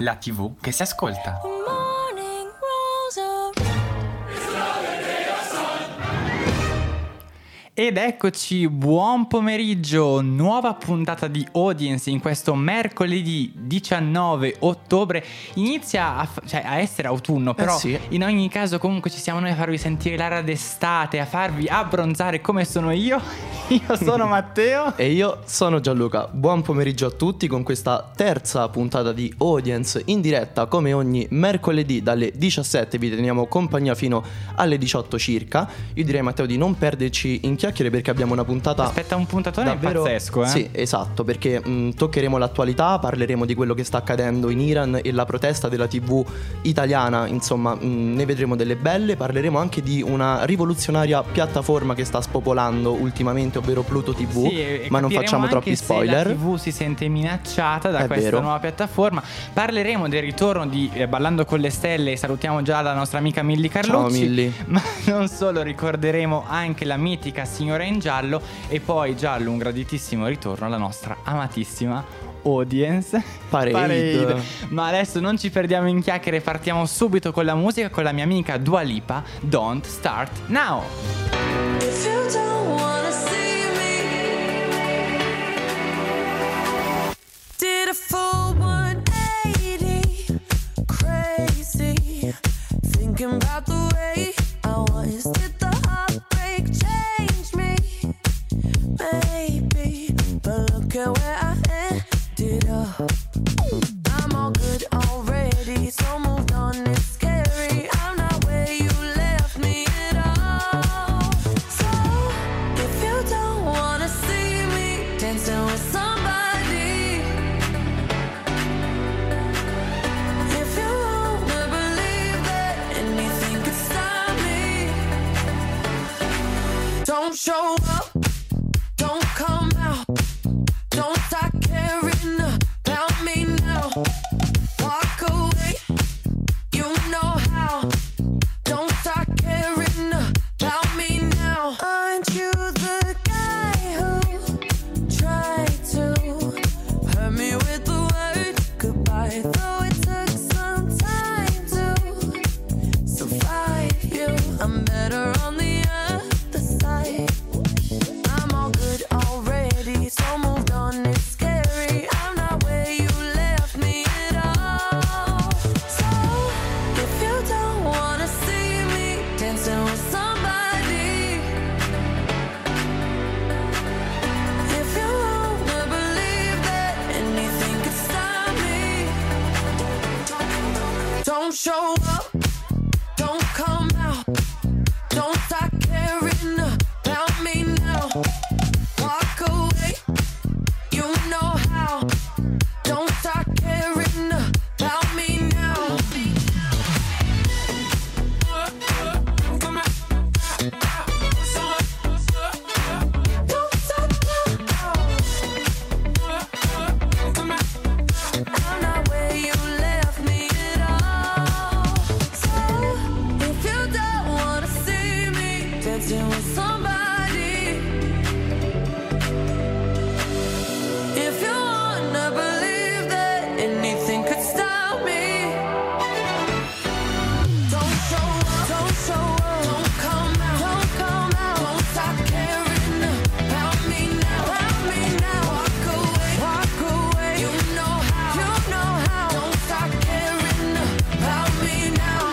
la TV che si ascolta. Ed eccoci, buon pomeriggio, nuova puntata di Audience in questo mercoledì 19 ottobre. Inizia a essere autunno, però sì. In ogni caso comunque ci siamo noi a farvi sentire l'aria d'estate, a farvi abbronzare come sono io. Io sono Matteo e io sono Gianluca. Buon pomeriggio a tutti con questa terza puntata di Audience in diretta come ogni mercoledì dalle 17. Vi teniamo compagnia fino alle 18 circa. Io direi, Matteo, di non perderci in chiacchiere perché abbiamo una puntata, aspetta, un puntatone davvero pazzesco, Sì, esatto, perché toccheremo l'attualità, parleremo di quello che sta accadendo in Iran e la protesta della TV italiana. Insomma, ne vedremo delle belle. Parleremo anche di una rivoluzionaria piattaforma che sta spopolando ultimamente, ovvero Pluto TV, sì, ma non facciamo troppi spoiler. Se la TV si sente minacciata da questa vero. nuova piattaforma. Parleremo del ritorno di Ballando con le Stelle. Salutiamo già la nostra amica Milly Carlucci. Ciao Milly. Ma non solo, ricorderemo anche la mitica Signora in Giallo. E poi, Giallo, un graditissimo ritorno alla nostra amatissima Audience Parade. Ma adesso non ci perdiamo in chiacchiere, partiamo subito con la musica, con la mia amica Dua Lipa, Don't Start Now. If you don't wanna see me, did a full 180, crazy, thinking about the way I was. Did the heartbreak change me? Maybe, but look at where I ended up. I'm all good already, so moved on, it's scary. I'm not where you left me at all. So, if you don't wanna see me dancing with somebody, if you wanna believe that anything could stop me, don't show up, don't come out, don't start caring about me now. Walk away, you know how. Don't start caring about me now. Aren't you the guy who tried to hurt me with the word goodbye? Though it took some time to survive you, I'm better on the other side. I'm all good already, so moved on, it's scary. I'm not where you left me at all. So, if you don't wanna see me dancing with somebody, if you wanna believe that anything could stop me, don't show up, don't come out, don't start caring about me now. Walk away, you know how. Don't start caring about me now. Don't stop now. I'm not where you left me at all. So, if you don't wanna see me dancing with somebody, if you wanna believe that anything could stop me, don't show up, don't show up, don't come out, don't come out, don't stop caring about me now, walk away, you know how, don't stop caring about me now.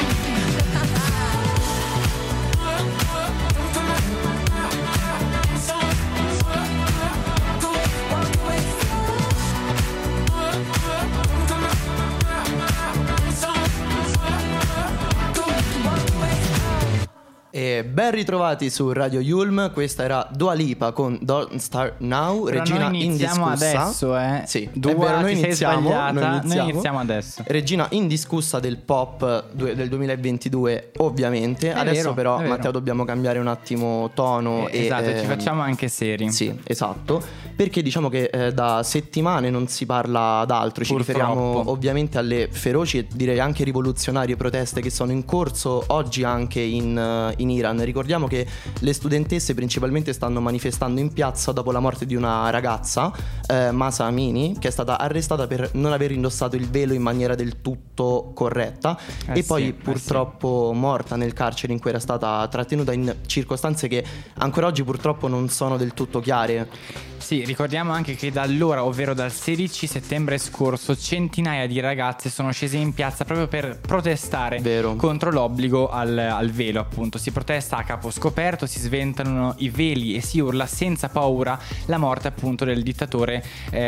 E ben ritrovati su Radio Yulm. Questa era Dua Lipa con Don't Start Now. Però regina noi iniziamo indiscussa adesso, Sì, Dua, è vero, ti sei sbagliata. Noi iniziamo adesso. Regina indiscussa del pop del 2022, ovviamente. Adesso vero, però, è vero. Matteo, dobbiamo cambiare un attimo tono Esatto, ci facciamo anche seri. Sì, esatto, perché diciamo che da settimane non si parla d'altro. Ci Purtroppo. riferiamo ovviamente alle feroci e direi anche rivoluzionarie proteste che sono in corso oggi anche in Iran. Ricordiamo che le studentesse principalmente stanno manifestando in piazza dopo la morte di una ragazza, Mahsa Amini, che è stata arrestata per non aver indossato il velo in maniera del tutto corretta e poi purtroppo morta nel carcere in cui era stata trattenuta in circostanze che ancora oggi purtroppo non sono del tutto chiare. Sì, ricordiamo anche che da allora, ovvero dal 16 settembre scorso, centinaia di ragazze sono scese in piazza proprio per protestare contro l'obbligo al velo, appunto. Si protesta a capo scoperto, si sventano i veli e si urla senza paura la morte appunto del dittatore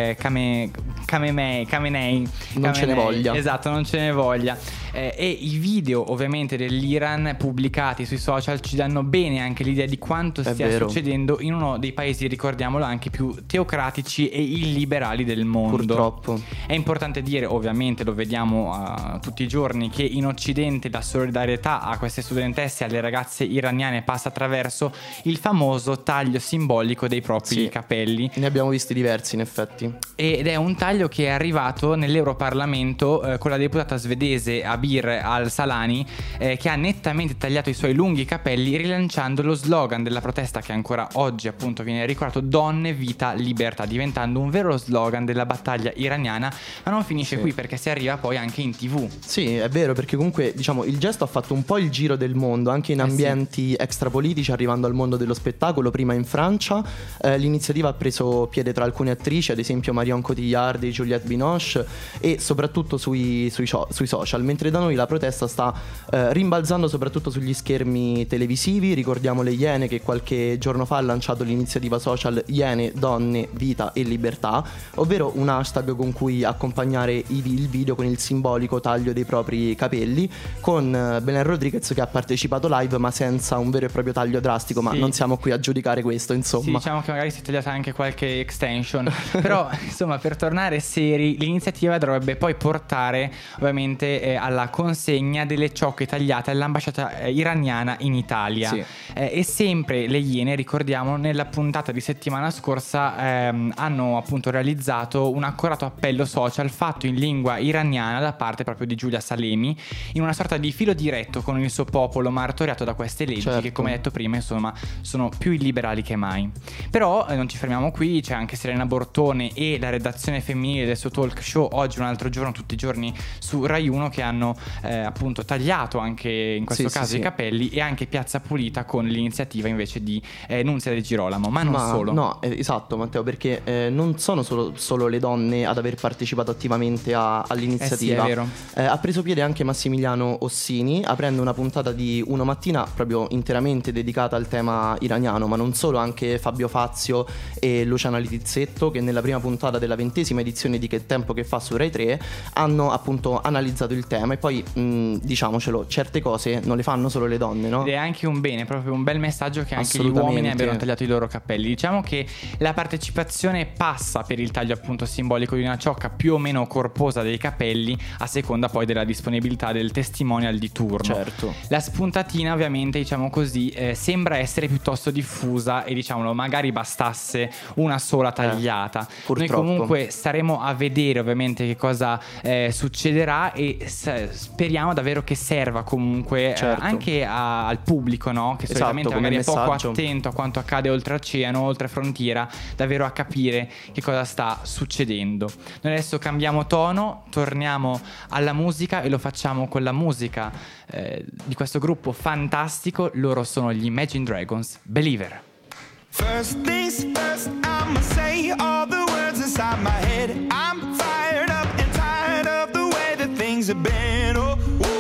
Khamenei. Non ce ne voglia. Esatto, non ce ne voglia. E i video ovviamente dell'Iran pubblicati sui social ci danno bene anche l'idea di quanto stia succedendo in uno dei paesi, ricordiamolo, anche più teocratici e illiberali del mondo. Purtroppo. È importante dire, ovviamente lo vediamo tutti i giorni, che in Occidente la solidarietà a queste studentesse, alle ragazze iraniane, passa attraverso il famoso taglio simbolico dei propri capelli. Ne abbiamo visti diversi in effetti. Ed è un taglio che è arrivato nell'Europarlamento con la deputata svedese Abir Al-Salani, che ha nettamente tagliato i suoi lunghi capelli, rilanciando lo slogan della protesta che ancora oggi appunto viene ricordato: donne, vita, libertà, diventando un vero slogan della battaglia iraniana. Ma non finisce qui, perché si arriva poi anche in TV. Sì, è vero, perché comunque diciamo il gesto ha fatto un po' il giro del mondo, anche in ambienti extrapolitici, arrivando al mondo dello spettacolo. Prima in Francia l'iniziativa ha preso piede tra alcune attrici, ad esempio Marion Cotillard e Juliette Binoche, e soprattutto sui social, mentre da noi la protesta sta rimbalzando soprattutto sugli schermi televisivi. Ricordiamo le Iene, che qualche giorno fa ha lanciato l'iniziativa social Iene, donne, vita e libertà, ovvero un hashtag con cui accompagnare il video con il simbolico taglio dei propri capelli, con Belen Rodriguez che ha partecipato live ma senza un vero e proprio taglio drastico, ma non siamo qui a giudicare questo, insomma. Sì, diciamo che magari si è tagliata anche qualche extension però insomma, per tornare seri, l'iniziativa dovrebbe poi portare ovviamente alla consegna delle ciocche tagliate all'ambasciata iraniana in Italia. E sempre le Iene, ricordiamo, nella puntata di settimana scorsa hanno appunto realizzato un accorato appello social fatto in lingua iraniana da parte proprio di Giulia Salemi, in una sorta di filo diretto con il suo popolo martoriato da queste leggi che, come detto prima, insomma, sono più illiberali che mai. Però non ci fermiamo qui, c'è anche Serena Bortone e la redazione femminile del suo talk show Oggi un altro giorno, tutti i giorni, su Rai 1, che hanno appunto tagliato anche in questo caso i capelli, e anche Piazza Pulita con l'iniziativa invece di Nunzia De Girolamo. Ma non solo. No, esatto, Matteo, perché non sono solo le donne ad aver partecipato attivamente all'iniziativa. Sì, è vero. Ha preso piede anche Massimiliano Ossini, aprendo una puntata di Uno Mattina proprio interamente dedicata al tema iraniano, ma non solo, anche Fabio Fazio e Luciana Litizzetto, che nella prima puntata della 20ª edizione di Che Tempo Che Fa su Rai 3 hanno appunto analizzato il tema. E poi diciamocelo, certe cose non le fanno solo le donne, no? Ed è anche un bene, proprio un bel messaggio che anche gli uomini abbiano tagliato i loro capelli. Diciamo che la partecipazione passa per il taglio appunto simbolico di una ciocca più o meno corposa dei capelli, a seconda poi della disponibilità del testimonial di turno. La spuntatina, ovviamente, diciamo così, sembra essere piuttosto diffusa, e diciamolo, magari bastasse una sola tagliata. Noi comunque staremo a vedere ovviamente che cosa succederà, e speriamo davvero che serva comunque anche al pubblico, no? Che solitamente magari è poco attento a quanto accade oltreoceano, oltre frontiera, davvero a capire che cosa sta succedendo. Noi adesso cambiamo tono, torniamo alla musica, e lo facciamo con la musica di questo gruppo fantastico. Loro sono gli Imagine Dragons, Believer. First things first, I'ma say all the words inside my head. I'm fired up and tired of the way that things have been. Oh,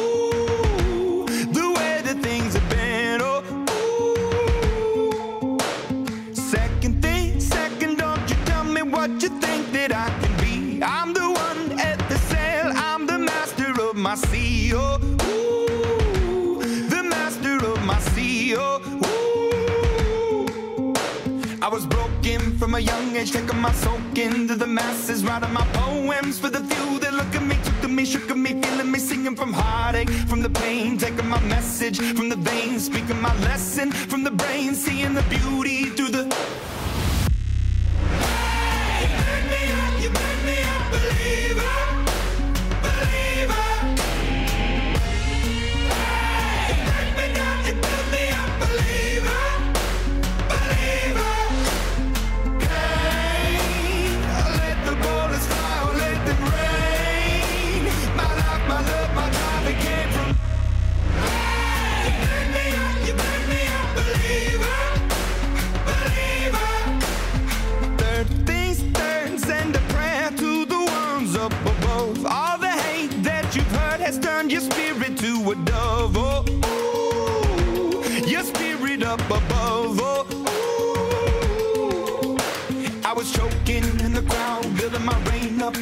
ooh, the way that things have been. Oh, ooh. Second thing, second, don't you tell me what you think that I can be. I'm the one at the sail, I'm the master of my sea. Oh, ooh, the master of my sea. Oh, ooh. I was broken from a young age, taking my soak into the masses, writing my poems for the few that look at me, took to me, shook at me, feeling me, singing from heartache, from the pain, taking my message from the veins, speaking my lesson from the brain, seeing the beauty through the... Hey, you make me a believer, believer. Hey, you make me up, you build me up, believer.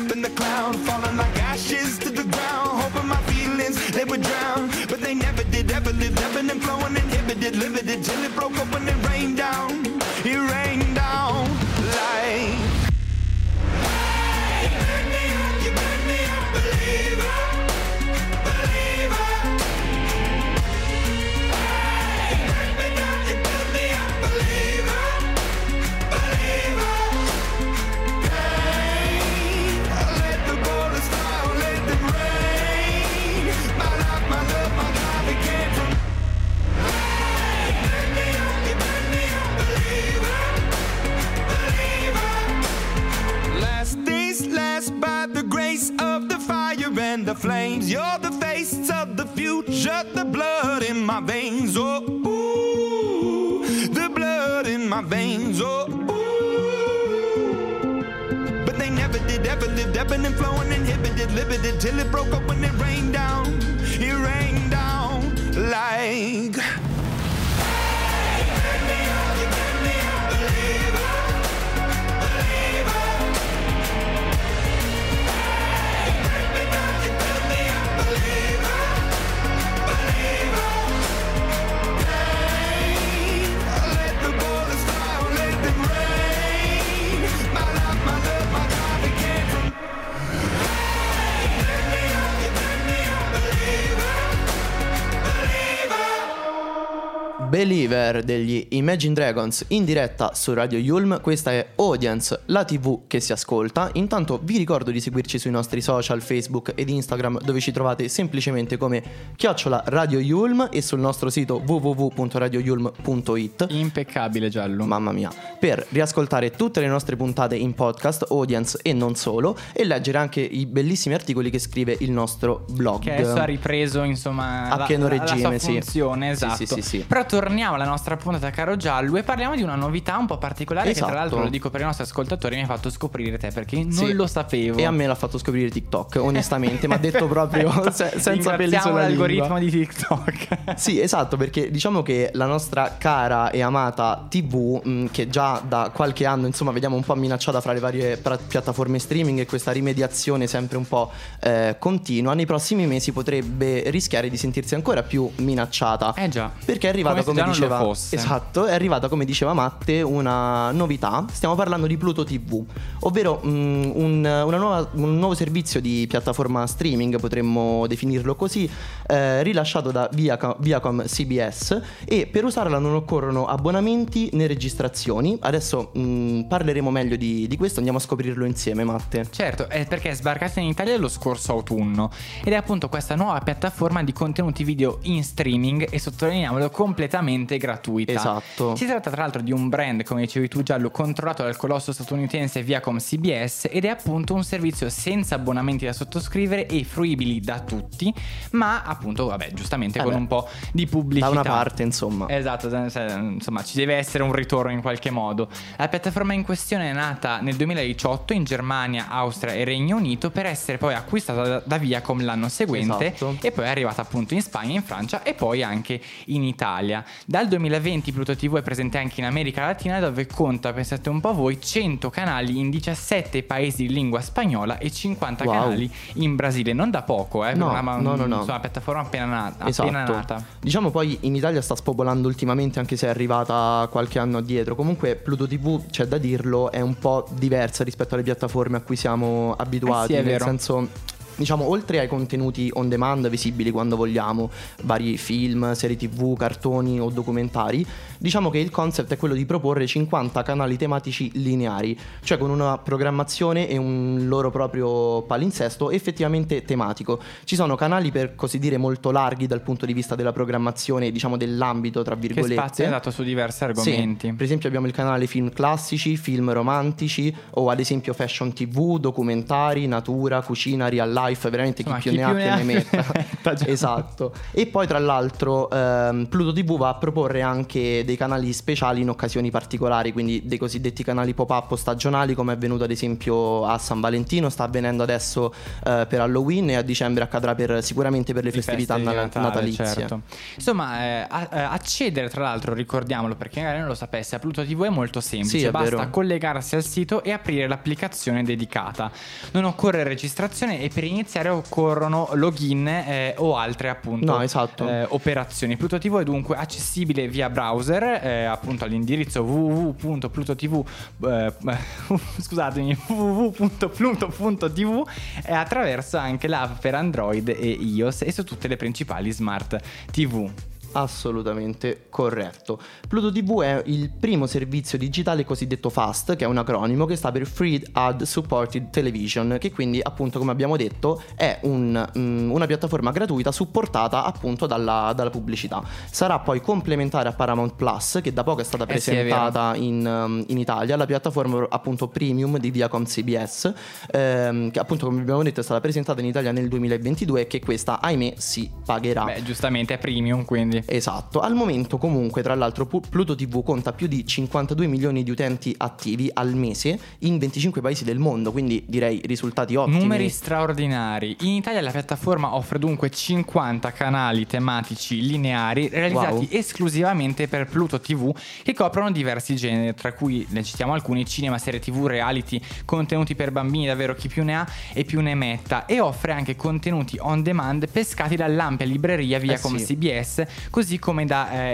up in the cloud, falling like ashes to the ground, hoping my feelings, they would drown, but they never did, ever lived, ebbing and flowing, inhibited, limited, till it broke up when it rained down like. Hey, you burn me up, believer, believer. Hey, burn me down, you burn me up, believer, believer. Hey, let the bullets fly, let them rain. My life, my love, my life, it came from. Hey, burn me up, you burn me up, believer, believer. Last days last by the grace of the fire and the flames. You're the face of the future, the blood in my veins. Oh, ooh, the blood in my veins. Oh, ooh. But they never did, ever lived, ebbing and flowing, inhibited, limited, till it broke up when it rained down. It rained down like. Hey, burn me up, you burn me up, believer, believer. Hey, burn me down, you burn me up, believer, believer. Hey, let the bullets fly, let them rain. My life, my love, my God, it came from. Hey, burn me up, you burn me up, believer, believer. Believer degli Imagine Dragons in diretta su Radio Yulm. Questa è Audience, la TV che si ascolta. Intanto vi ricordo di seguirci sui nostri social Facebook ed Instagram, dove ci trovate semplicemente come @Radio Yulm, e sul nostro sito www.radioyulm.it. Impeccabile, Giallo. Mamma mia. Per riascoltare tutte le nostre puntate in podcast, Audience e non solo, e leggere anche i bellissimi articoli che scrive il nostro blog, che adesso ha ripreso, insomma, a pieno regime, la sua funzione, sì. esatto. Sì. Però torniamo alla nostra puntata, caro Giallo, e parliamo di una novità un po' particolare, Esatto. che tra l'altro, lo dico per i nostri ascoltatori, mi ha fatto scoprire te, perché non Sì. lo sapevo. E a me l'ha fatto scoprire TikTok, onestamente, mi ha detto proprio senza peli Ringraziamo sulla l'algoritmo lingua. di TikTok. Sì, esatto, perché diciamo che la nostra cara e amata TV, che già da qualche anno, insomma, vediamo un po' minacciata fra le varie piattaforme streaming, e questa rimediazione sempre un po' continua, nei prossimi mesi potrebbe rischiare di sentirsi ancora più minacciata. Già. Perché è arrivata, Come se come già non lo diceva, fosse. esatto, è arrivata, come diceva Matte, una novità. Stiamo parlando di Pluto TV, ovvero un nuovo servizio di piattaforma streaming, potremmo definirlo così, rilasciato da Viacom CBS, e per usarla non occorrono abbonamenti né registrazioni. Adesso parleremo meglio di questo, andiamo a scoprirlo insieme, Matte. Certo, è perché è sbarcata in Italia lo scorso autunno, ed è appunto questa nuova piattaforma di contenuti video in streaming, e sottolineiamolo, completamente gratuita. Esatto. Si tratta tra l'altro di un brand, come dicevi tu, Giallo, controllato dal colosso statunitense Viacom CBS, ed è appunto un servizio senza abbonamenti da sottoscrivere e fruibili da tutti, ma appunto, vabbè, giustamente con un po' di pubblicità. Da una parte, insomma. Esatto, insomma, ci deve essere un ritorno in qualche modo. La piattaforma in questione è nata nel 2018 in Germania, Austria e Regno Unito, per essere poi acquistata da Viacom l'anno seguente, Esatto. e poi è arrivata appunto in Spagna, in Francia e poi anche in Italia. Dal 2020 Pluto TV è presente anche in America Latina, dove conta, pensate un po' voi, 100 canali in 17 paesi di lingua spagnola e 50 Wow. canali in Brasile. Non da poco, per No. una piattaforma appena nata. Esatto. Diciamo poi in Italia sta spopolando ultimamente, anche se è arrivata qualche anno addietro. Comunque Pluto TV, c'è da dirlo, è un po' diversa rispetto alle piattaforme a cui siamo abituati, sì, è nel vero. senso, diciamo, oltre ai contenuti on demand visibili quando vogliamo, vari film, serie TV, cartoni o documentari, diciamo che il concept è quello di proporre 50 canali tematici lineari, cioè con una programmazione e un loro proprio palinsesto effettivamente tematico. Ci sono canali, per così dire, molto larghi dal punto di vista della programmazione, diciamo dell'ambito, tra Che virgolette. spazio è dato su diversi argomenti. Sì, per esempio abbiamo il canale film classici, film romantici, o ad esempio fashion TV, documentari, natura, cucina, real life, Life, veramente Insomma, chi più ne ha più ne metta. Già. Esatto. E poi tra l'altro Pluto TV va a proporre anche dei canali speciali in occasioni particolari, quindi dei cosiddetti canali pop-up stagionali, come è avvenuto ad esempio a San Valentino, sta avvenendo adesso per Halloween, e a dicembre accadrà sicuramente per le festività feste di Natale, natalizie. certo. Insomma, accedere, tra l'altro, ricordiamolo perché magari non lo sapesse, a Pluto TV è molto semplice. Sì, è basta vero. collegarsi al sito e aprire l'applicazione dedicata. Non occorre registrazione, e per iniziare occorrono login o altre appunto No, esatto. operazioni. Pluto TV è dunque accessibile via browser, appunto all'indirizzo www.plutotv scusatemi, www.pluto.tv, e attraverso anche l'app per Android e iOS e su tutte le principali smart TV. Assolutamente corretto. Pluto TV è il primo servizio digitale cosiddetto FAST, che è un acronimo che sta per Free Ad Supported Television, che quindi appunto, come abbiamo detto, è una piattaforma gratuita supportata appunto dalla pubblicità. Sarà poi complementare a Paramount Plus, che da poco è stata presentata in Italia, la piattaforma appunto premium di Viacom CBS, che appunto, come abbiamo detto, è stata presentata in Italia nel 2022 e che questa, ahimè, si pagherà. Beh, giustamente è premium, quindi. Esatto. Al momento comunque, tra l'altro, Pluto TV conta più di 52 milioni di utenti attivi al mese in 25 paesi del mondo, quindi direi risultati ottimi. Numeri straordinari. In Italia la piattaforma offre dunque 50 canali tematici lineari realizzati esclusivamente per Pluto TV, che coprono diversi generi, tra cui ne citiamo alcuni: cinema, serie TV, reality, contenuti per bambini, davvero chi più ne ha e più ne metta, e offre anche contenuti on demand pescati dall'ampia libreria Viacom CBS, così come da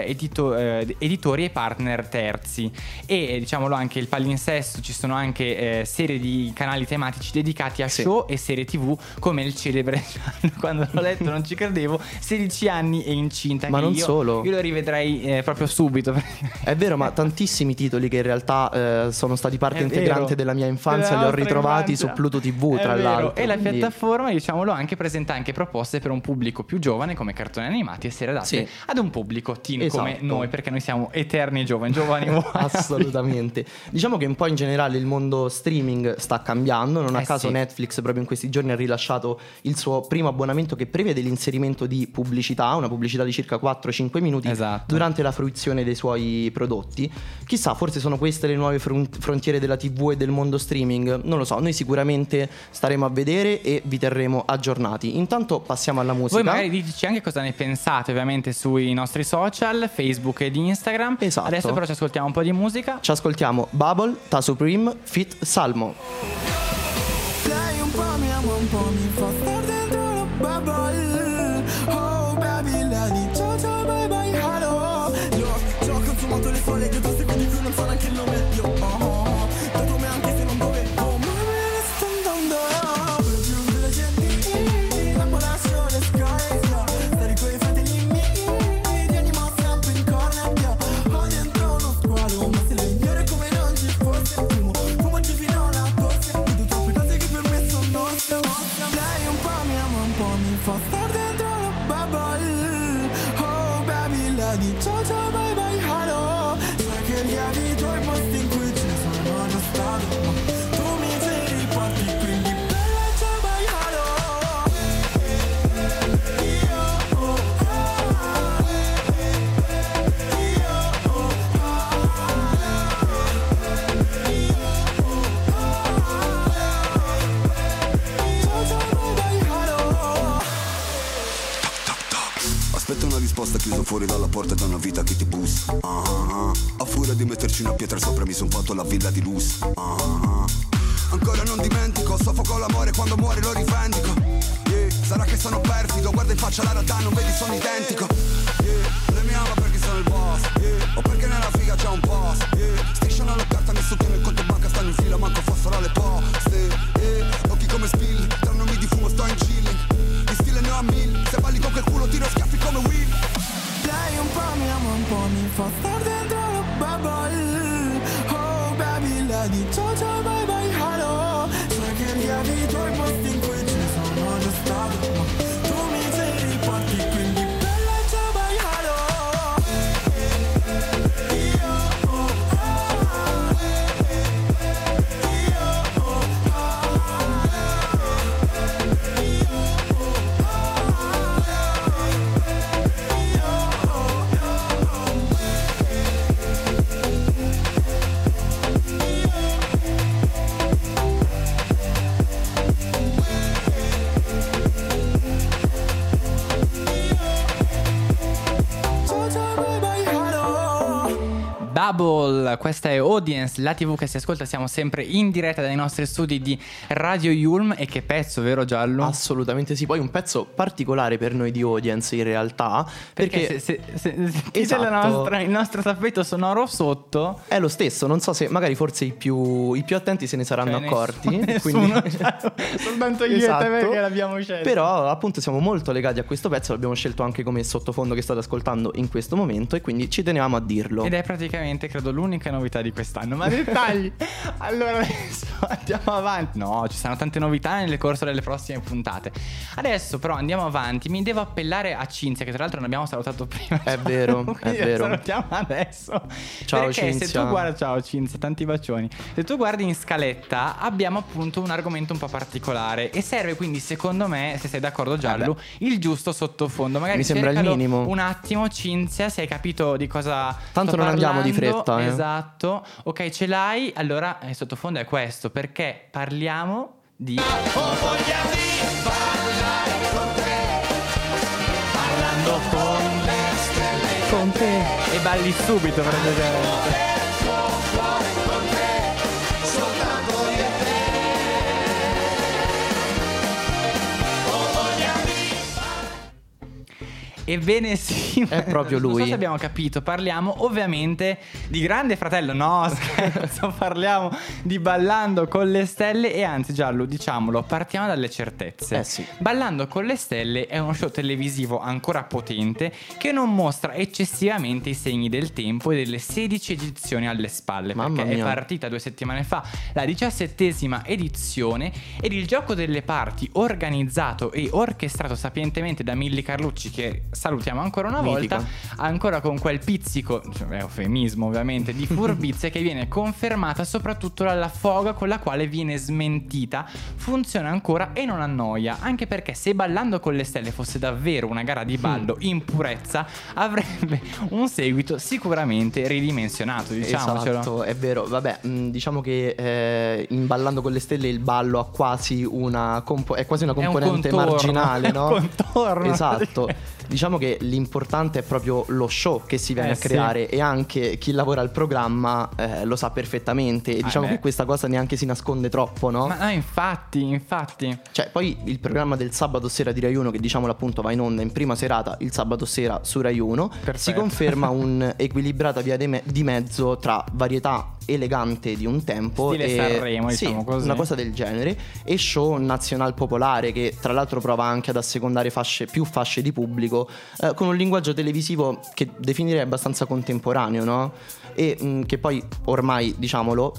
editori e partner terzi. E diciamolo anche, il palinsesto, ci sono anche serie di canali tematici dedicati a show e serie TV, come il celebre quando l'ho letto non ci credevo, 16 anni e incinta. Ma non io solo, io lo rivedrei proprio subito. È vero, ma tantissimi titoli che in realtà sono stati parte integrante della mia infanzia li ho ritrovati su Pluto TV, tra l'altro. E la piattaforma, diciamolo anche, presenta anche proposte per un pubblico più giovane, come cartoni animati e serie adatte ad un pubblico teen come noi, perché noi siamo eterni giovani. Assolutamente. Diciamo che un po' in generale il mondo streaming sta cambiando. Non a caso Netflix proprio in questi giorni ha rilasciato il suo primo abbonamento, che prevede l'inserimento di pubblicità, una pubblicità di circa 4-5 minuti durante la fruizione dei suoi prodotti. Chissà, forse sono queste le nuove frontiere della TV e del mondo streaming, non lo so. Noi sicuramente staremo a vedere e vi terremo aggiornati. Intanto passiamo alla musica. Voi magari diteci anche cosa ne pensate, ovviamente sui nostri social, Facebook ed Instagram. Esatto. Adesso però ci ascoltiamo un po' di musica. Ci ascoltiamo Bubble, Ta Supreme, Fit Salmo. Lei un po' mi ama, un po' mi fa star dentro la bubble. Oh baby, lei di ciao ciao bye bye hello. Io ci ho consumato le sue che tu sei, quindi tu non so neanche il nome. Io da come anche se non dovevo, ma me ne sto andando. Per più delle gente, la popolazione scaria. Stare con i fratelli miei, ti animo sempre in corner. Ho dentro uno squalo, ma se le migliore come non ci fosse fumo. Fumaci fino alla tosse, vedo troppe cose che per me sono nostre. Lei un po' mi ama, un po' mi fa star dentro la bubble. Oh baby, lei di ciao ciao bye bye hello. Sai che li evito i posti in cui ci sono già stato, ma tu mi ci riporti, quindi bella ciao bye hello. Aspetta una risposta chiuso fuori dalla porta da una vita che ti bussa. A furia di metterci una pietra sopra mi son fatto la villa di lusso. Ancora non dimentico, soffoco l'amore quando muore lo rivendico. Sarà che sono perfido, guarda in faccia la realtà, non vedi sono identico. Lei mi ama perché sono il boss, o perché nella figa c'è un post. Strisciano la carta, mi succhiano il conto banca, stanno in fila, manco fossero le poste. Occhi come spill, tra nomi di fumo sto in chilling. Di stile ne ho a 1000, se balli con quel culo tiro schiaffi come Will. Lei un po' mi ama, un po' mi fa star dentro la bubble. Oh baby, lei di ciao ciao bye bye hello. Sai che li evito i posti in cui ci sono già stato, ma tu mi ci riporti, quindi bella ciao bye hello. Bubble, questa è Audience, la TV che si ascolta, siamo sempre in diretta dai nostri studi di Radio Yulm. E che pezzo, vero Giallo? Assolutamente sì, poi un pezzo particolare per noi di Audience in realtà, perché se esatto, il nostro tappeto sonoro sotto è lo stesso, non so se magari forse i più attenti se ne saranno accorti, nessuno, quindi soltanto io e te perché l'abbiamo scelto. Però appunto siamo molto legati a questo pezzo, l'abbiamo scelto anche come sottofondo che state ascoltando in questo momento e quindi ci tenevamo a dirlo. Ed è praticamente, credo, l'unica novità di quest'anno. Ma dettagli. Allora adesso andiamo avanti. No, ci saranno tante novità nel corso delle prossime puntate. Adesso però andiamo avanti. Mi devo appellare a Cinzia, che tra l'altro non abbiamo salutato prima. È vero, è vero. Salutiamo adesso. Ciao perché Cinzia. se tu guardi, ciao Cinzia, tanti bacioni. Se tu guardi in scaletta abbiamo appunto un argomento un po' particolare e serve quindi, secondo me, se sei d'accordo Giallo, il giusto sottofondo. Magari mi sembra il minimo. Un attimo, Cinzia, se hai capito di cosa tanto sto non parlando. andiamo di fretta, Esatto. Ok, ce l'hai. Allora il sottofondo è questo, perché parliamo di parlando con te e balli subito praticamente. Ebbene sì, è proprio lui. Non so se abbiamo capito, parliamo ovviamente di Grande Fratello. No, scherzo, parliamo di Ballando con le Stelle. E anzi Giallo, diciamolo, partiamo dalle certezze. Sì. Ballando con le Stelle è uno show televisivo ancora potente che non mostra eccessivamente i segni del tempo e delle 16 edizioni alle spalle. Mamma perché mia. È partita 2 settimane fa la 17ª edizione ed il gioco delle parti, organizzato e orchestrato sapientemente da Milly Carlucci, che salutiamo ancora una Mitica. volta, ancora con quel pizzico, cioè, eufemismo ovviamente, di furbizia che viene confermata soprattutto dalla foga con la quale viene smentita, funziona ancora e non annoia, anche perché se Ballando con le Stelle fosse davvero una gara di ballo in purezza avrebbe un seguito sicuramente ridimensionato, diciamocelo. Esatto, è vero. Vabbè, diciamo che in Ballando con le Stelle il ballo ha quasi una è quasi una componente marginale, no? È un contorno. Esatto. Diciamo che l'importante è proprio lo show che si viene a creare, e anche chi lavora al programma lo sa perfettamente, e diciamo che questa cosa neanche si nasconde troppo, no? Ma no, infatti. Cioè, poi il programma del sabato sera di Rai 1, che diciamolo appunto va in onda in prima serata il sabato sera su Rai 1, si conferma un'equilibrata via di mezzo tra varietà elegante di un tempo stile e Sanremo, diciamo così, una cosa del genere, e show nazional popolare che tra l'altro prova anche ad assecondare più fasce di pubblico, con un linguaggio televisivo che definirei abbastanza contemporaneo, no? E che poi ormai, diciamolo,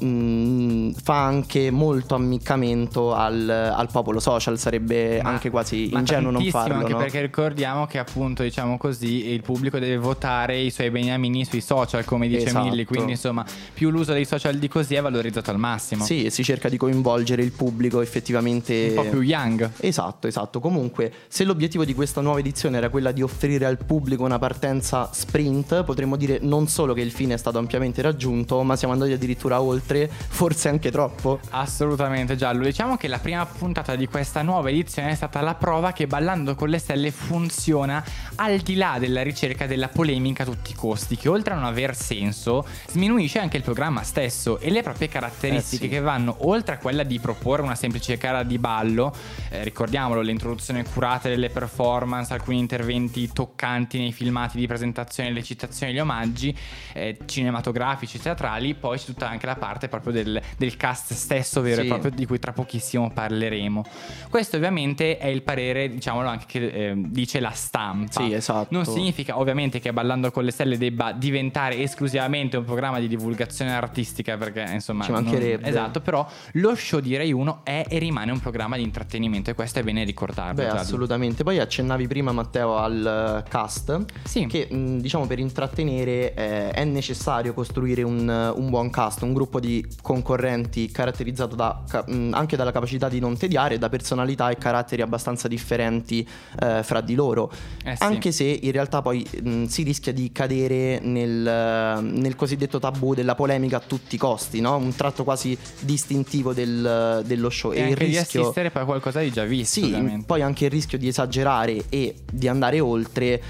fa anche molto ammiccamento al popolo social. Sarebbe anche quasi ingenuo non farlo, anche no? perché ricordiamo che appunto, diciamo così, il pubblico deve votare i suoi beniamini sui social, come dice Milly, quindi insomma più l'uso dei social di così è valorizzato al massimo. Sì, e si cerca di coinvolgere il pubblico effettivamente un po' più young. Esatto. Comunque, se l'obiettivo di questa nuova edizione era quella di offrire al pubblico una partenza sprint, potremmo dire non solo che il fine è stato ampiamente raggiunto, ma siamo andati addirittura oltre, forse anche troppo. Assolutamente Giallo. Diciamo che la prima puntata di questa nuova edizione è stata la prova che Ballando con le Stelle funziona al di là della ricerca della polemica a tutti i costi, che oltre a non aver senso sminuisce anche il programma stesso e le proprie caratteristiche, che vanno oltre a quella di proporre una semplice gara di ballo. Ricordiamolo, l'introduzione curata delle performance, alcuni interventi toccanti nei filmati di presentazione, le citazioni, gli omaggi cinematografici, teatrali. Poi c'è tutta anche la parte proprio del cast stesso vero e proprio, di cui tra pochissimo parleremo. Questo ovviamente è il parere, diciamolo, anche che dice la stampa. Sì, esatto. Non significa ovviamente che Ballando con le Stelle debba diventare esclusivamente un programma di divulgazione artistica, perché insomma ci mancherebbe. Esatto, però lo show di Rai 1 è e rimane un programma di intrattenimento, e questo è bene ricordarlo. Beh, assolutamente. Poi accennavi prima, Matteo, al cast, che diciamo per intrattenere è necessario costruire un buon cast, un gruppo di concorrenti caratterizzato anche dalla capacità di non tediare, da personalità e caratteri abbastanza differenti fra di loro, anche se in realtà poi si rischia di cadere nel cosiddetto tabù della polemica a tutti i costi, no? Un tratto quasi distintivo dello show. E anche il rischio di assistere poi a qualcosa di già visto. Sì, ovviamente. Poi anche il rischio di esagerare e di andare oltre,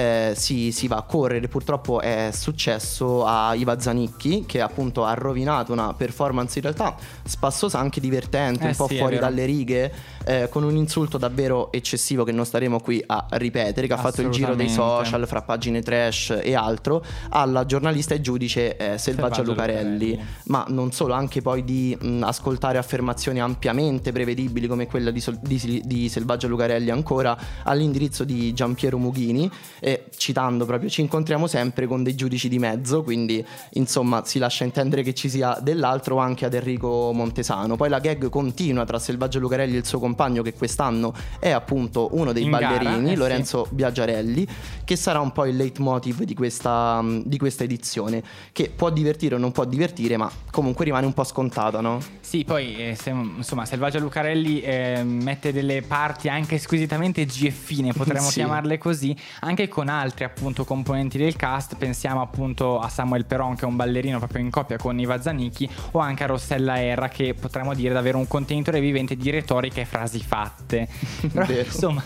si va a correre. Purtroppo è successo a Iva Zanicchi, che appunto ha rovinato una performance in realtà spassosa, anche divertente, un po' fuori dalle righe, con un insulto davvero eccessivo che non staremo qui a ripetere, che ha fatto il giro dei social fra pagine trash e altro, alla giornalista e giudice Selvaggia Lucarelli. Ma non solo, anche poi di ascoltare affermazioni ampiamente prevedibili come quella di Selvaggia Lucarelli ancora all'indirizzo di Giampiero Mughini, citando proprio: ci incontriamo sempre con dei giudici di mezzo, quindi insomma si lascia intendere che ci sia dell'altro anche ad Enrico Montesano. Poi la gag continua tra Selvaggia Lucarelli e il suo compagno, che quest'anno è appunto uno dei ballerini, Lorenzo Biagiarelli, che sarà un po' il leitmotiv di questa edizione, che può divertire o non può divertire, ma comunque rimane un po' scontata, no? Sì, poi insomma Selvaggia Lucarelli mette delle parti anche squisitamente GFine, potremmo chiamarle così, anche con altri appunto componenti del cast. Pensiamo appunto a Samuel Peron, che è un ballerino proprio in coppia con Iva Zanicchi, o anche a Rossella Erra, che potremmo dire davvero un contenitore vivente di retorica e frasi fatte. Però insomma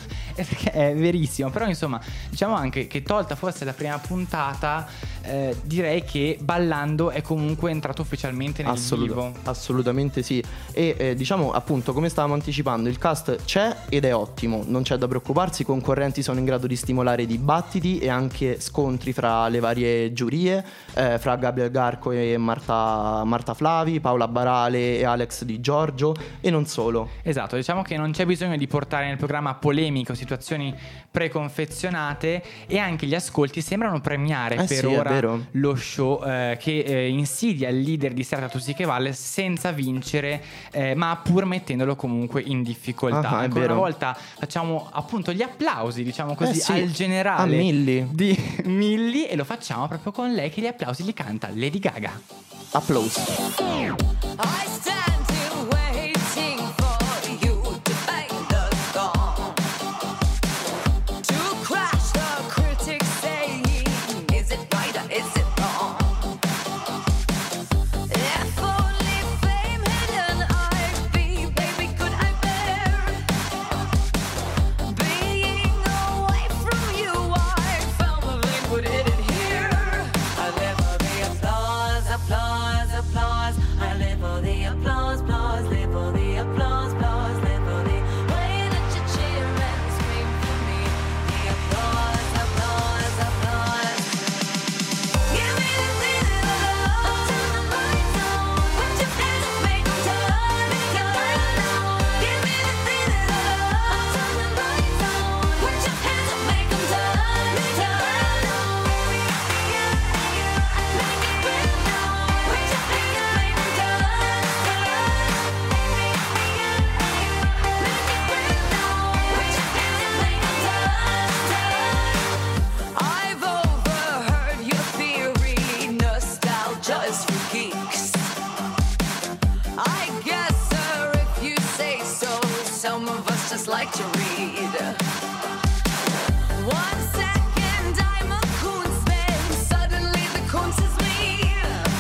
è verissimo. Però insomma diciamo anche che, tolta forse la prima puntata, direi che Ballando è comunque entrato ufficialmente nel vivo. Assolutamente sì. E diciamo appunto, come stavamo anticipando, il cast c'è ed è ottimo, non c'è da preoccuparsi. I concorrenti sono in grado di stimolare dibattiti e anche scontri fra le varie giurie, fra Gabriel Garco e Marta Flavi, Paola Barale e Alex Di Giorgio, e non solo. Esatto, diciamo che non c'è bisogno di portare nel programma polemiche o situazioni preconfezionate, e anche gli ascolti sembrano premiare per ora lo show, che insidia il leader di Serata Tussiche Valle senza vincere, ma pur mettendolo comunque in difficoltà. Ancora una volta facciamo appunto gli applausi, diciamo così, al generale a Milli. di Milli, e lo facciamo proprio con lei, che gli applausi li canta Lady Gaga. Applausi. I stand here waiting for you to bang the gong, to crash the critics saying, is it right or is it wrong? If only fame had an eye, baby, could I bear being away from you? I firmly put it in here. I live for the applause, applause, applause. I live for the applause, applause, live for the applause, applause, live for the way that you cheer and scream for me. The applause, applause, applause. Give me the feeling of love, turn the lights on, put your hands up, make them turn it on. Give me the feeling of love, turn the lights on, put your hands up, make them turn it on. I've overheard your theory, nostalgia is for geeks. I guess, sir, if you say so, some of us just like to read. 1 second I'm a Koonsman, suddenly the Koons is me.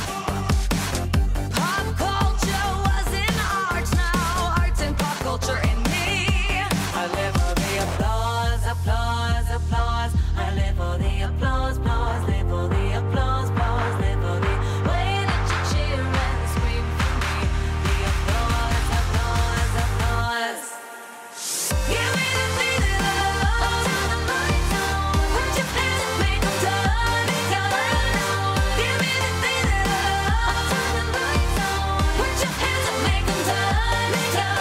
Pop culture was in art, now art's in pop culture in me. I live for the applause, applause, applause. I live for the applause, applause, live for the applause, applause, live for the way that you cheer and scream for me. The applause, applause, applause. Give me the feeling of love, turn the lights on, put your hands up, make them turn it on. Give me the feeling of love, turn the lights on, put your hands up, make them turn it on.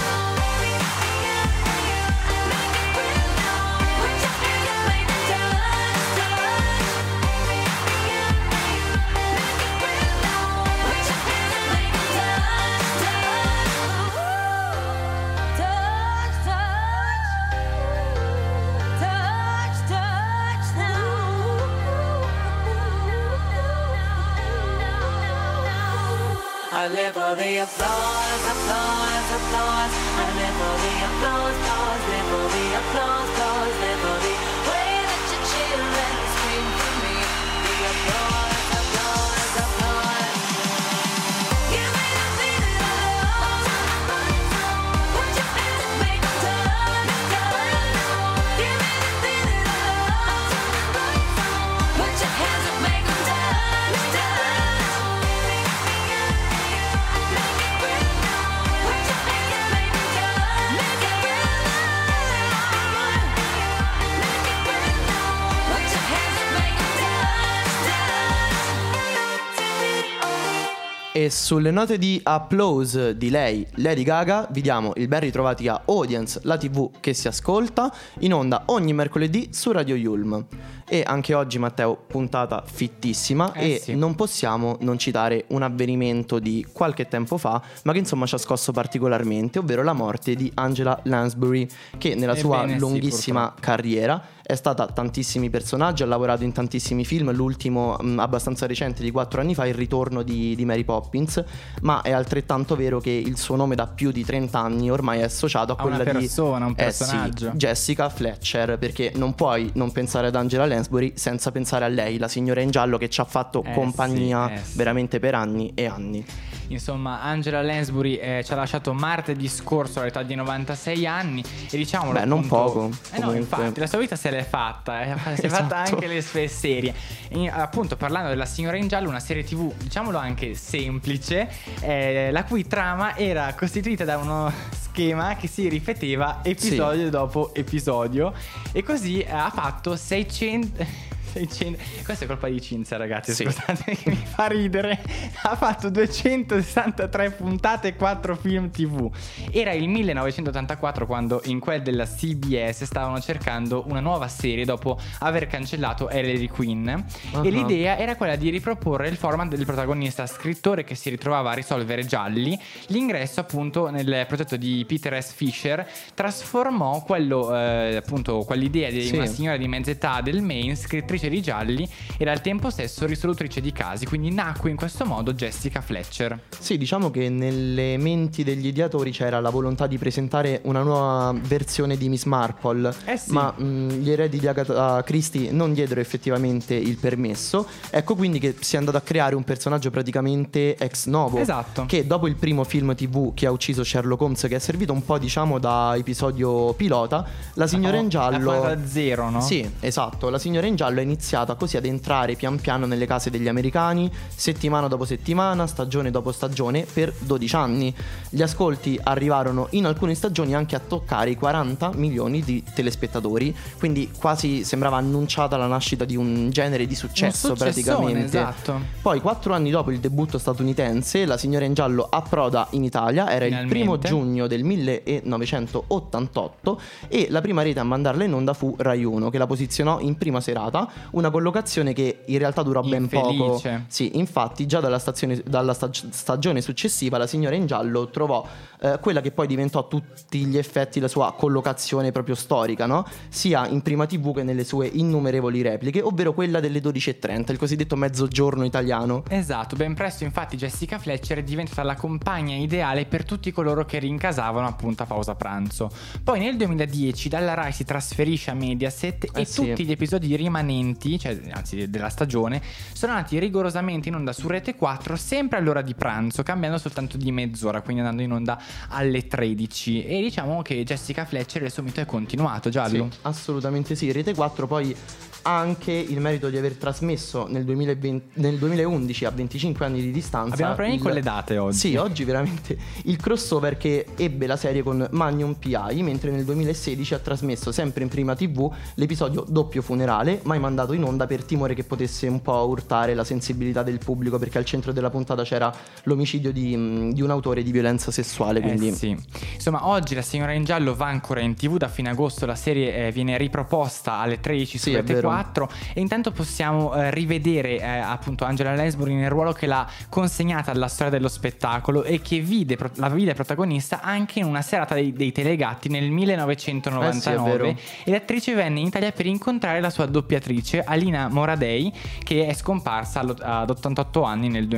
I live for the applause, applause, applause. I live for the applause, applause, live for the applause, applause, live for the way that you cheer and scream for me. The applause, applause, applause. E sulle note di applause di lei, Lady Gaga, vi diamo il ben ritrovati a Audience, la TV che si ascolta, in onda ogni mercoledì su Radio Yulm. E anche oggi, Matteo, puntata fittissima e sì. non possiamo non citare un avvenimento di qualche tempo fa, ma che insomma ci ha scosso particolarmente, ovvero la morte di Angela Lansbury, che nella sua Ebbene sì, lunghissima carriera è stata tantissimi personaggi, ha lavorato in tantissimi film, l'ultimo abbastanza recente di 4 anni fa, Il ritorno di Mary Poppins, ma è altrettanto vero che il suo nome da più di 30 anni ormai è associato a quella una persona, un personaggio. sì, Jessica Fletcher, perché non puoi non pensare ad Angela Lansbury senza pensare a lei, la signora in giallo che ci ha fatto compagnia sì. veramente per anni e anni. Insomma, Angela Lansbury ci ha lasciato martedì scorso all'età di 96 anni e diciamolo, beh, non poco, no, comunque. infatti la sua vita se l'è fatta, si è fatta anche le sue serie. E, appunto, parlando della signora in giallo, una serie TV, diciamolo anche semplice, la cui trama era costituita da uno schema che si ripeteva episodio dopo episodio, e così ha fatto 600. Questa è colpa di Cinzia, ragazzi, sì. Scusate che mi fa ridere. Ha fatto 263 puntate e 4 film TV. Era il 1984 quando in quel della CBS stavano cercando una nuova serie dopo aver cancellato Harley Quinn. E l'idea era quella di riproporre il format del protagonista scrittore che si ritrovava a risolvere gialli. L'ingresso appunto nel progetto di Peter S. Fisher trasformò quello appunto quell'idea di una signora di mezza età del Maine, scrittrice di gialli, era al tempo stesso risolutrice di casi, quindi nacque in questo modo Jessica Fletcher. Sì, diciamo che nelle menti degli ideatori c'era la volontà di presentare una nuova versione di Miss Marple, sì. ma gli eredi di Agatha Christie non diedero effettivamente il permesso. Ecco quindi che si è andato a creare un personaggio praticamente ex novo, esatto, che dopo il primo film TV che ha ucciso Sherlock Holmes, che è servito un po' diciamo da episodio pilota, la signora in giallo, la fase zero, no? Sì, esatto, la signora in giallo è iniziata così ad entrare pian piano nelle case degli americani, settimana dopo settimana, stagione dopo stagione, per 12 anni. Gli ascolti arrivarono in alcune stagioni anche a toccare i 40 milioni di telespettatori, quindi quasi sembrava annunciata la nascita di un genere di successo praticamente. Esatto. Poi 4 anni dopo il debutto statunitense, la signora in giallo approda in Italia, era finalmente il 1 giugno del 1988 e la prima rete a mandarla in onda fu Rai 1, che la posizionò in prima serata, una collocazione che in realtà durò ben poco. Sì, infatti già dalla stagione successiva la signora in giallo trovò quella che poi diventò a tutti gli effetti la sua collocazione proprio storica, no? Sia in prima TV che nelle sue innumerevoli repliche, ovvero quella delle 12:30, il cosiddetto mezzogiorno italiano. Esatto, ben presto infatti Jessica Fletcher è diventata la compagna ideale per tutti coloro che rincasavano appunto a pausa pranzo. Poi nel 2010 dalla Rai si trasferisce a Mediaset e tutti gli episodi rimanenti, cioè anzi della stagione, sono andati rigorosamente in onda su Rete 4 sempre all'ora di pranzo, cambiando soltanto di mezz'ora, quindi andando in onda alle 13. E diciamo che Jessica Fletcher, il suo mito è continuato, Giallo? Sì, assolutamente sì. Rete 4 poi ha anche il merito di aver trasmesso nel 2011, a 25 anni di distanza. Abbiamo problemi con le date oggi. Sì, oggi veramente il crossover che ebbe la serie con Magnum P.I., mentre nel 2016 ha trasmesso sempre in prima TV l'episodio Doppio Funerale, mai mandato in onda per timore che potesse un po' urtare la sensibilità del pubblico, perché al centro della puntata c'era l'omicidio di un autore di violenza sessuale, quindi sì. Insomma, oggi la signora in giallo va ancora in TV, da fine agosto la serie viene riproposta alle 13 su Rete 4, e intanto possiamo rivedere appunto Angela Lansbury nel ruolo che l'ha consegnata alla storia dello spettacolo e che la vide protagonista anche in una serata dei Telegatti nel 1999, e l'attrice venne in Italia per incontrare la sua doppiatrice Alina Moradei, che è scomparsa ad 88 anni nel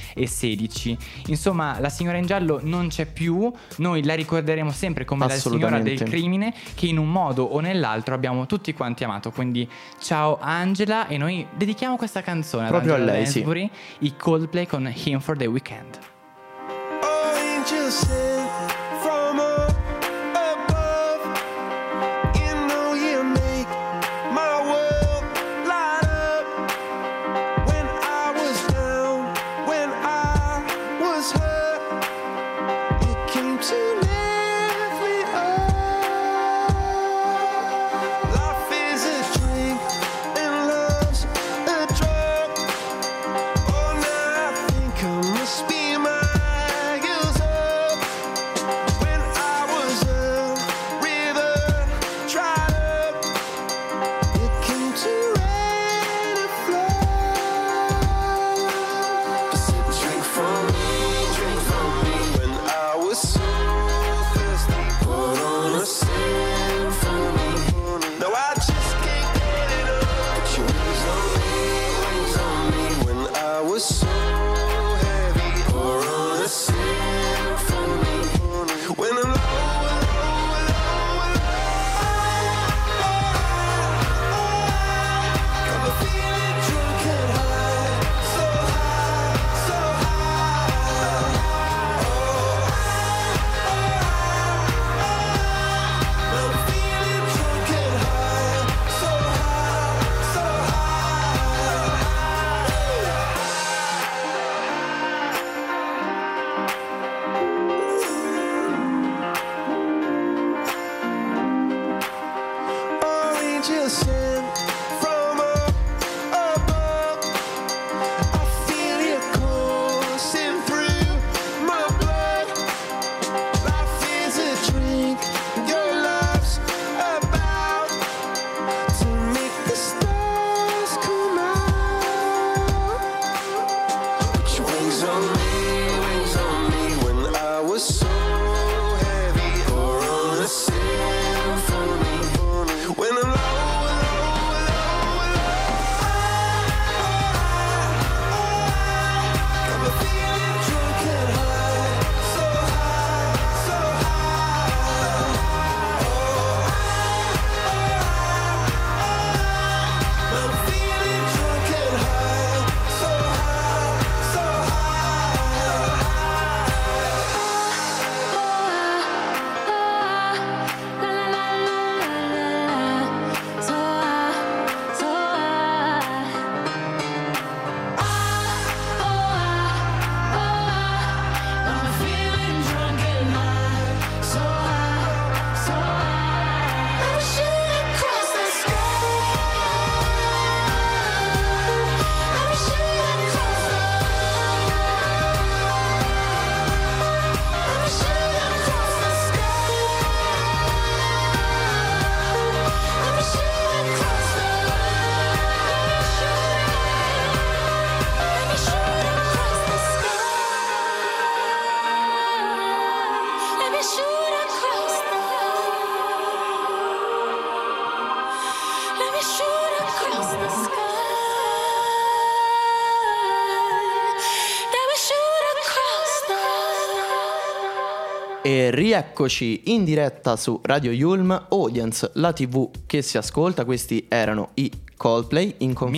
2016. Insomma, la signora in giallo non c'è più, noi la ricorderemo sempre come la signora del crimine che in un modo o nell'altro abbiamo tutti quanti amato. Quindi ciao Angela, e noi dedichiamo questa canzone proprio ad Angela a lei, Lansbury, i Coldplay con Him for the Weekend. Be angel sent from up above. I feel it coursing through my blood. Life is a drink, your love's about to make the stars come out. Put your wings on me when I was so heavy. Or on a symphony when I'm low, got me feeling drunk and high, so high, so high. I'm feeling drunk and high, so high, so E rieccoci in diretta su Radio Yulm, Audience, la TV che si ascolta. Questi erano i Coldplay,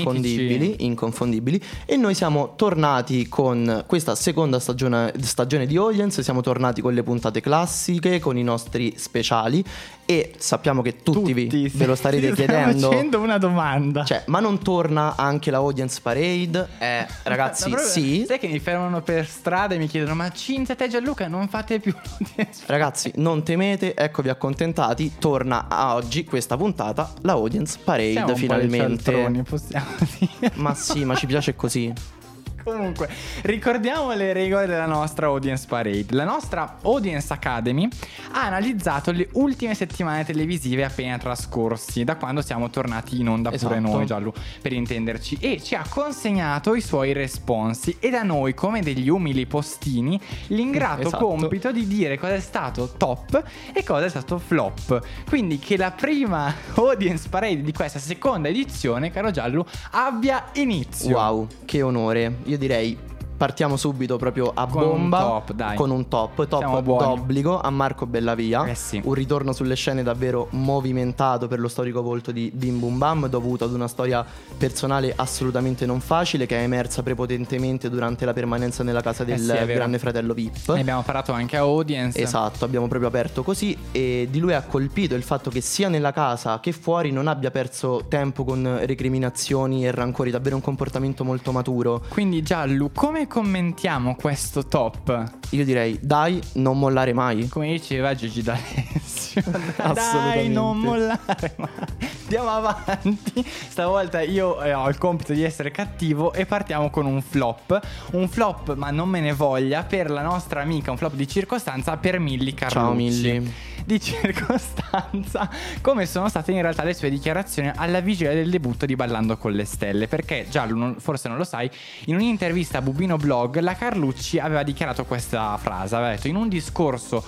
inconfondibili, e noi siamo tornati con questa seconda stagione di Audience. Siamo tornati con le puntate classiche, con i nostri speciali, e sappiamo che tutti ve lo starete chiedendo. Sto facendo una domanda. Cioè, ma non torna anche la Audience Parade? Ragazzi, sì. Sai che mi fermano per strada e mi chiedono: ma Cinzia, te e Gianluca non fate più l'Audience? Ragazzi, non temete, eccovi accontentati. Torna a oggi, questa puntata, la Audience Parade. Siamo finalmente. Possiamo dire. Ma sì, ma ci piace così. Comunque, ricordiamo le regole della nostra Audience Parade. La nostra Audience Academy ha analizzato le ultime settimane televisive appena trascorsi, da quando siamo tornati in onda pure noi, Giallo, per intenderci, e ci ha consegnato i suoi responsi. E da noi, come degli umili postini, l'ingrato compito di dire cosa è stato top e cosa è stato flop. Quindi che la prima Audience Parade di questa seconda edizione, caro Giallo, abbia inizio. Wow, che onore. Io direi partiamo subito proprio a con bomba con un top d'obbligo a Marco Bellavia. Sì. Un ritorno sulle scene davvero movimentato per lo storico volto di Bim Bum Bam, dovuto ad una storia personale assolutamente non facile, che è emersa prepotentemente durante la permanenza nella casa del grande fratello VIP. Ne abbiamo parlato anche a Audience. Esatto, abbiamo proprio aperto così, e di lui ha colpito il fatto che sia nella casa che fuori non abbia perso tempo con recriminazioni e rancori, davvero un comportamento molto maturo. Quindi Giallo, come commentiamo questo top? Io direi, dai, non mollare mai. Come diceva Gigi D'Alessio, Assolutamente. dai, non mollare mai. Andiamo avanti. Stavolta io ho il compito di essere cattivo e partiamo con un flop. Un flop, ma non me ne voglia, per la nostra amica, un flop di circostanza per Milly Carlucci. Ciao Milly. Di circostanza, come sono state in realtà le sue dichiarazioni alla vigilia del debutto di Ballando con le Stelle. Perché Giallo, forse non lo sai, in un'intervista a Bubino Blog la Carlucci aveva dichiarato questa frase. Aveva detto in un discorso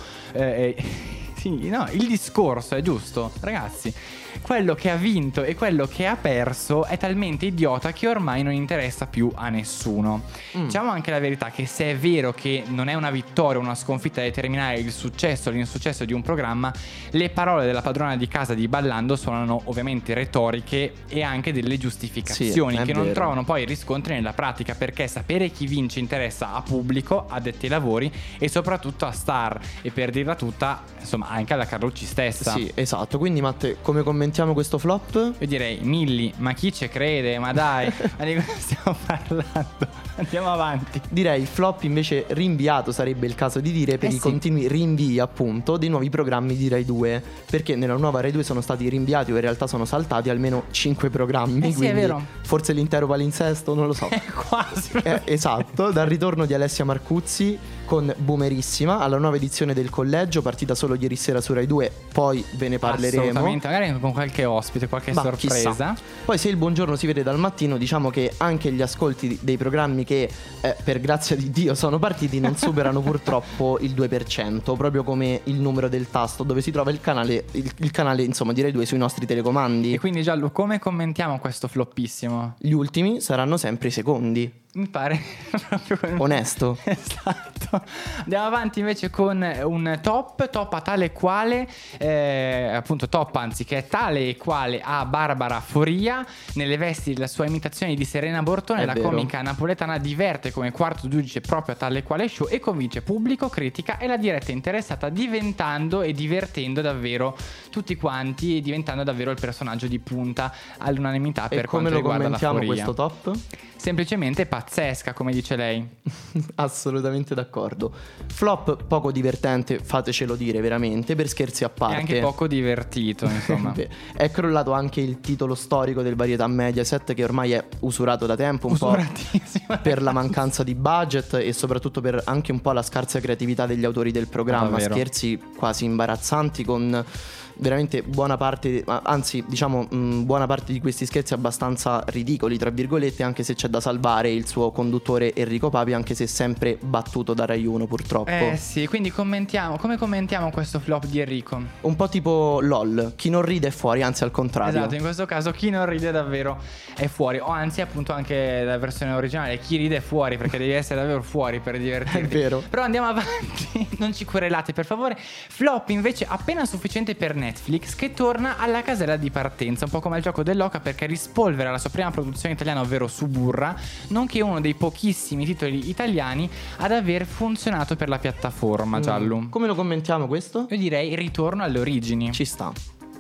sì, no, il discorso è giusto, ragazzi. Quello che ha vinto e quello che ha perso è talmente idiota che ormai non interessa più a nessuno. Diciamo anche la verità, che se è vero che non è una vittoria o una sconfitta a determinare il successo o l'insuccesso di un programma, le parole della padrona di casa di Ballando suonano ovviamente retoriche e anche delle giustificazioni che non trovano poi riscontri nella pratica, perché sapere chi vince interessa a pubblico, addetti ai lavori e soprattutto a star. E per dirla tutta, insomma, anche alla Carlucci stessa. Sì, esatto. Quindi Matte, come commentiamo questo flop? Io direi Milli, ma chi ci crede? Ma dai, ma di cosa stiamo parlando? Andiamo avanti. Direi flop invece rinviato sarebbe il caso di dire, per i sì. continui rinvii appunto dei nuovi programmi di Rai 2, perché nella nuova Rai 2 sono stati rinviati o in realtà sono saltati almeno 5 programmi, sì, è quindi vero. forse l'intero palinsesto, non lo so. Quasi. Esatto, dal ritorno di Alessia Marcuzzi con Boomerissima alla nuova edizione del Collegio, partita solo ieri sera su Rai 2, poi ve ne parleremo. Assolutamente, magari con qualche ospite, qualche Ma sorpresa. chissà. Poi se il buongiorno si vede dal mattino, diciamo che anche gli ascolti dei programmi che per grazia di Dio sono partiti non superano purtroppo il 2%, proprio come il numero del tasto dove si trova il canale insomma di Rai 2 sui nostri telecomandi. E quindi Giallo, come commentiamo questo floppissimo? Gli ultimi saranno sempre i secondi. Mi pare proprio Onesto. Esatto. Andiamo avanti invece con un top a tale e quale appunto top, anzi, che è tale e quale a Barbara Foria nelle vesti della sua imitazione di Serena Bortone. È La vero. comica napoletana diverte come quarto giudice proprio a tale e quale show e convince pubblico, critica e la diretta interessata, diventando e divertendo davvero tutti quanti e diventando davvero il personaggio di punta all'unanimità E per come quanto lo riguarda la commentiamo Foria. questo top? Semplicemente pazzesca, come dice lei. Assolutamente d'accordo. Flop poco divertente, fatecelo dire veramente, per scherzi a E parte. anche poco divertito, insomma. Beh, è crollato anche il titolo storico del varietà Mediaset, che ormai è usurato da tempo, un po' Usuratissimo. per la mancanza di budget e soprattutto per anche un po' la scarsa creatività degli autori del programma. Davvero. Scherzi quasi imbarazzanti con veramente buona parte, anzi diciamo buona parte di questi scherzi abbastanza ridicoli tra virgolette, anche se c'è da salvare il suo conduttore Enrico Papi, anche se sempre battuto da Rai 1 purtroppo. Sì, quindi come commentiamo questo flop di Enrico? Un po' tipo LOL, chi non ride è fuori, anzi al contrario. Esatto, in questo caso chi non ride davvero è fuori, o anzi appunto anche la versione originale, chi ride è fuori, perché devi essere davvero fuori per divertirti. È vero. Però andiamo avanti, non ci querelate per favore. Flop invece appena sufficiente per Netflix, che torna alla casella di partenza, un po' come il gioco dell'oca, perché rispolvera la sua prima produzione italiana, ovvero Suburra, nonché uno dei pochissimi titoli italiani ad aver funzionato per la piattaforma. Giallo, Come lo commentiamo questo? io direi ritorno alle origini. Ci sta.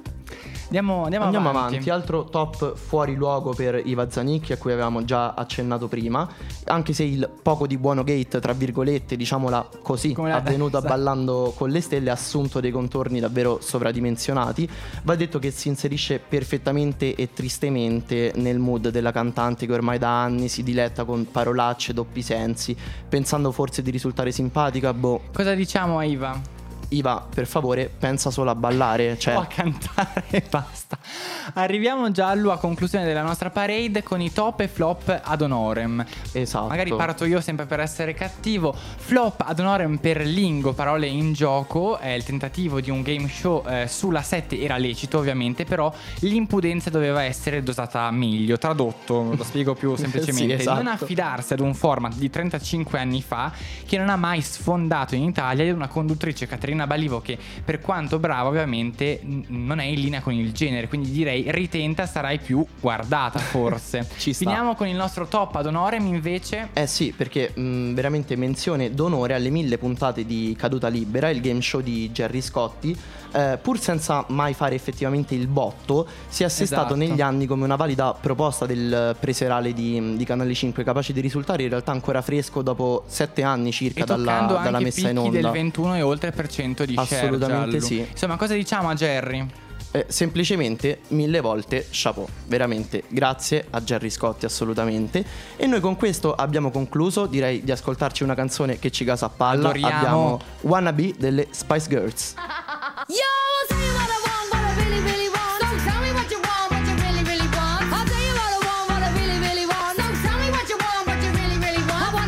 Andiamo avanti. Altro top fuori luogo per Iva Zanicchi, a cui avevamo già accennato prima, anche se il poco di buono gate, tra virgolette, diciamola così, Come la avvenuto a danza. Ballando con le Stelle, ha assunto dei contorni davvero sovradimensionati. Va detto che si inserisce perfettamente e tristemente nel mood della cantante che ormai da anni si diletta con parolacce, doppi sensi, pensando forse di risultare simpatica. Boh, Cosa diciamo a Iva? Iva, per favore, pensa solo a ballare, cioè O a cantare e basta. Arriviamo Giallo a conclusione della nostra parade con i top e flop ad honorem. esatto. Magari parto io sempre per essere cattivo. Flop ad honorem per Lingo, parole in gioco. Il tentativo di un game show sulla 7 era lecito ovviamente, però l'impudenza doveva essere dosata meglio. Tradotto, lo spiego più semplicemente. Sì, esatto. Non affidarsi ad un format di 35 anni fa che non ha mai sfondato in Italia, ed una conduttrice, Caterina Balivo, che per quanto brava ovviamente non è in linea con il genere, quindi direi ritenta, sarai più guardata forse. Ci sta. Finiamo con il nostro top ad honorem invece. Eh sì, perché veramente menzione d'onore alle 1000 puntate di Caduta Libera, il game show di Gerry Scotti. Pur senza mai fare effettivamente il botto, si è assestato Esatto. negli anni come una valida proposta del preserale di Canale 5, capace di risultare in realtà ancora fresco dopo 7 anni circa E toccando dalla anche messa in picchi del onda. 21 e oltre per cento di share. Assolutamente Giallo. sì. Insomma, cosa diciamo a Gerry? Semplicemente 1000 volte chapeau, veramente grazie a Gerry Scotti, assolutamente. E noi con questo abbiamo concluso, direi di ascoltarci una canzone che ci casa a palla. Adoriamo. Abbiamo Wannabe delle Spice Girls. Yo, I'll tell you what I want, what I really, really want. So tell me what you want, what you really, really want. I'll tell you what I want, what I really, really want. So tell me what you want, what you really, really want. I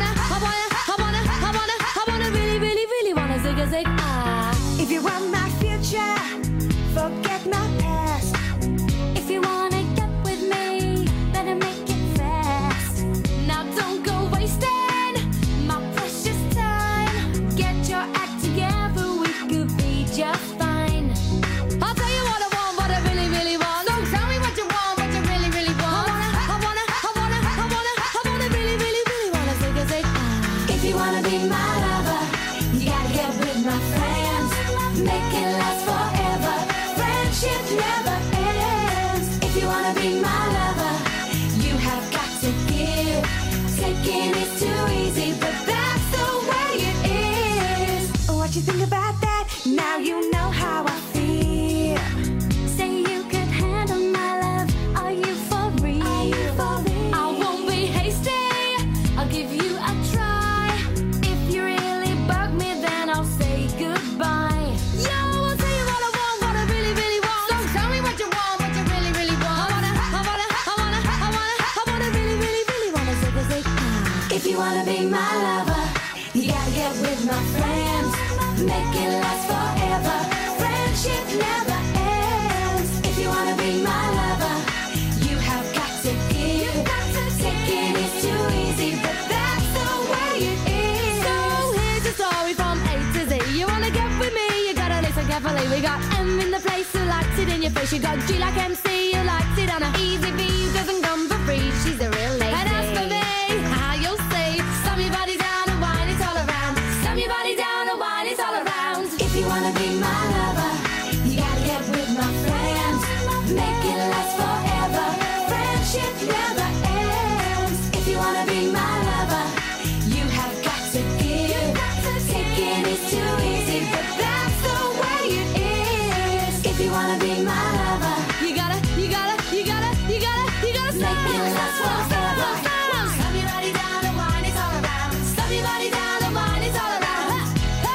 wanna really, really, really wanna zig a zig ah. If you want my future, forget my past. If you wanna get with me, better make it fast. Now don't go wasting my precious time. Get your act together, we could be just fine. friendship never ends. If you wanna be my lover, you have got to give. Taking is too easy, but that's the way it is. What you think about that? Now you know how I feel. Say you could handle my love. Are you for real? Are you for real? I won't be hasty. I'll give you a try. If you really bug me, then I'll say goodbye. Yo, I'll tell you what I want, what I really, really want. So tell me what you want, what you really, really want. I wanna really, really, really wanna say this. If you wanna be my lover, you gotta get with my friends. Make it last forever. Friendship never ends. If you wanna be my lover, you have got to give. Taking is too easy, but that's the way it is. So here's a story from A to Z. You wanna get with me, you gotta listen carefully. We got M in the place who likes it in your face. You got G like MC who likes it on a easy V who doesn't come for free. She's a real lady. And as for me, how you'll see, slam your body down and wine it all around. Slam your body down and wine it all around. If you wanna be my lover, you gotta get with my friends. Make it last forever. Friendship never ends. If you wanna be my lover, you have got to give. Taking is too easy, but that's the way it is. If you wanna be my lover, you gotta make it last forever. Slam your body down and wine it all around. Slam your body down and wine it all around.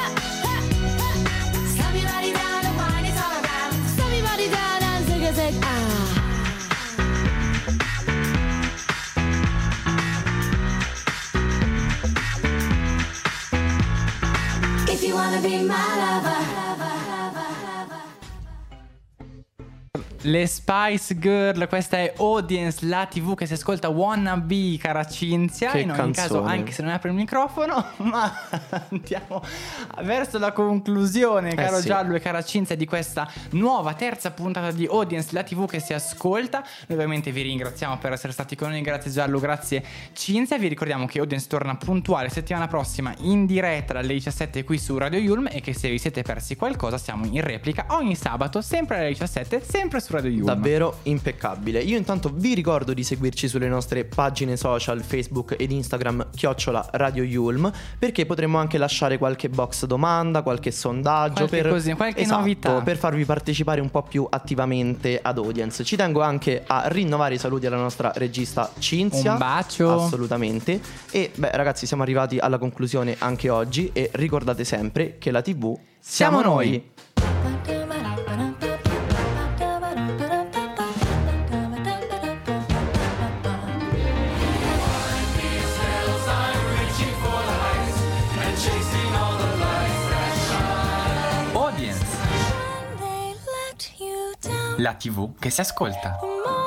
Slam your body down and wine it all around. Slam your body down and take a sec. If you wanna be my lover. Le Spice Girl, questa è Audience, la TV che si ascolta, Wannabe, cara Cinzia. Che in ogni caso, canzone. anche se non apre il microfono, ma andiamo verso la conclusione, caro sì. Giallo e cara Cinzia, di questa nuova terza puntata di Audience, la TV che si ascolta. Noi ovviamente vi ringraziamo per essere stati con noi, grazie Giallo, grazie Cinzia. Vi ricordiamo che Audience torna puntuale settimana prossima in diretta dalle 17 qui su Radio Yulm, e che se vi siete persi qualcosa siamo in replica ogni sabato sempre alle 17, sempre su Radio Yulm. Davvero impeccabile. Io intanto vi ricordo di seguirci sulle nostre pagine social Facebook ed Instagram @Radio Yulm, perché potremo anche lasciare qualche box domanda, qualche sondaggio, qualche novità, per farvi partecipare un po' più attivamente ad Audience. Ci tengo anche a rinnovare i saluti alla nostra regista Cinzia. Un bacio. Assolutamente. E beh ragazzi, siamo arrivati alla conclusione anche oggi, e ricordate sempre che la TV siamo noi. La TV che si ascolta.